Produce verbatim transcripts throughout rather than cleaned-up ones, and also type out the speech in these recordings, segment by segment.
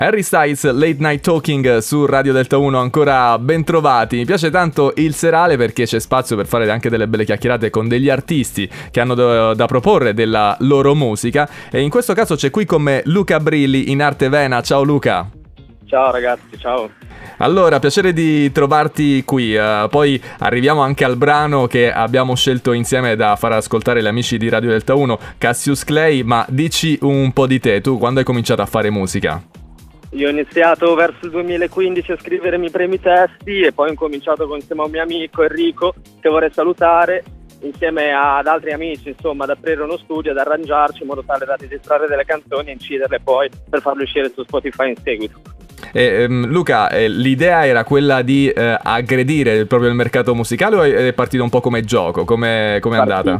Harry Styles, Late Night Talking su Radio Delta uno, ancora ben trovati. Mi piace tanto il serale perché c'è spazio per fare anche delle belle chiacchierate con degli artisti che hanno da, da proporre della loro musica, e in questo caso c'è qui con me Luca Brilli in arte Vena. Ciao Luca. Ciao ragazzi, ciao. Allora, piacere di trovarti qui, uh, poi arriviamo anche al brano che abbiamo scelto insieme da far ascoltare gli amici di Radio Delta uno, Cassius Clay, ma dici un po' di te, tu quando hai cominciato a fare musica? Io ho iniziato verso il duemilaquindici a scrivere i miei primi testi e poi ho incominciato con, insieme a un mio amico Enrico, che vorrei salutare, insieme ad altri amici, insomma, ad aprire uno studio, ad arrangiarci in modo tale da registrare delle canzoni e inciderle poi per farle uscire su Spotify in seguito. Eh, um, Luca, eh, l'idea era quella di eh, aggredire proprio il mercato musicale o è partito un po' come gioco? Come è andata?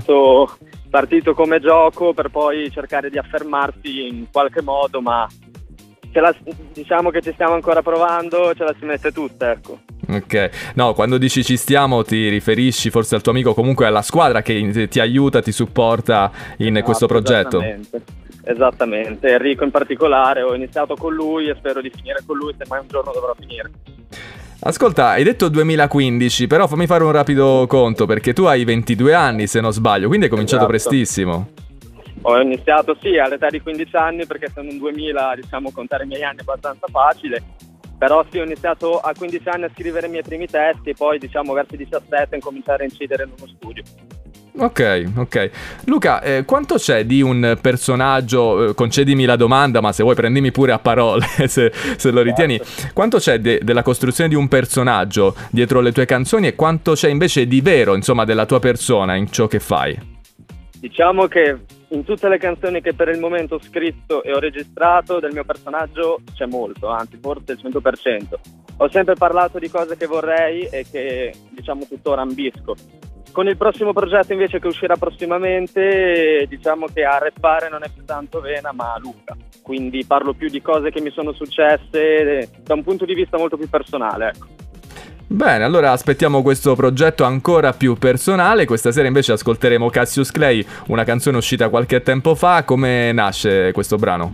Partito come gioco per poi cercare di affermarsi in qualche modo, ma ce la, diciamo che ci stiamo ancora provando, ce la si mette tutta, ecco. Ok, no, quando dici ci stiamo ti riferisci forse al tuo amico, comunque alla squadra che ti aiuta, ti supporta in esatto, questo progetto. Esattamente, esattamente, Enrico in particolare, ho iniziato con lui e spero di finire con lui se mai un giorno dovrò finire. Ascolta, hai detto duemilaquindici, però fammi fare un rapido conto perché tu hai ventidue anni se non sbaglio, quindi hai cominciato esatto. prestissimo. Ho iniziato sì all'età di quindici anni perché essendo un duemila, diciamo, contare i miei anni è abbastanza facile, però sì, ho iniziato a quindici anni a scrivere i miei primi testi e poi diciamo verso i diciassette a incominciare a incidere in uno studio. Ok, ok. Luca, eh, quanto c'è di un personaggio, eh, concedimi la domanda, ma se vuoi prendimi pure a parole se, se lo ritieni, quanto c'è de- della costruzione di un personaggio dietro le tue canzoni e quanto c'è invece di vero, insomma, della tua persona in ciò che fai? Diciamo che in tutte le canzoni che per il momento ho scritto e ho registrato del mio personaggio c'è molto, anzi forse il cento per cento. Ho sempre parlato di cose che vorrei e che diciamo tuttora ambisco. Con il prossimo progetto invece che uscirà prossimamente diciamo che a rappare non è più tanto Vena ma Luca, quindi parlo più di cose che mi sono successe da un punto di vista molto più personale, ecco. Bene, allora aspettiamo questo progetto ancora più personale. Questa sera invece ascolteremo Cassius Clay, una canzone uscita qualche tempo fa. Come nasce questo brano?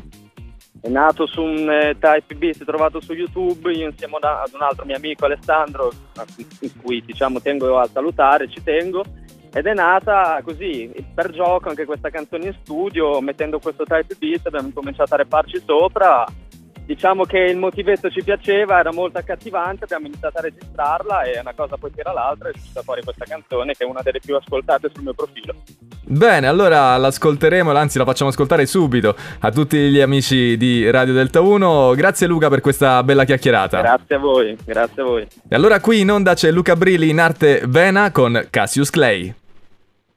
È nato su un eh, type beat trovato su YouTube, io insieme ad un altro mio amico Alessandro, in cui diciamo tengo a salutare, ci tengo, ed è nata così, per gioco anche questa canzone in studio, mettendo questo type beat abbiamo cominciato a rapparci sopra. Diciamo che il motivetto ci piaceva, era molto accattivante, abbiamo iniziato a registrarla e una cosa poi tira l'altra e è uscita fuori questa canzone che è una delle più ascoltate sul mio profilo. Bene, allora l'ascolteremo, anzi la facciamo ascoltare subito a tutti gli amici di Radio Delta uno. Grazie Luca per questa bella chiacchierata. Grazie a voi, grazie a voi. E allora qui in onda c'è Luca Brilli in arte Vena con Cassius Clay.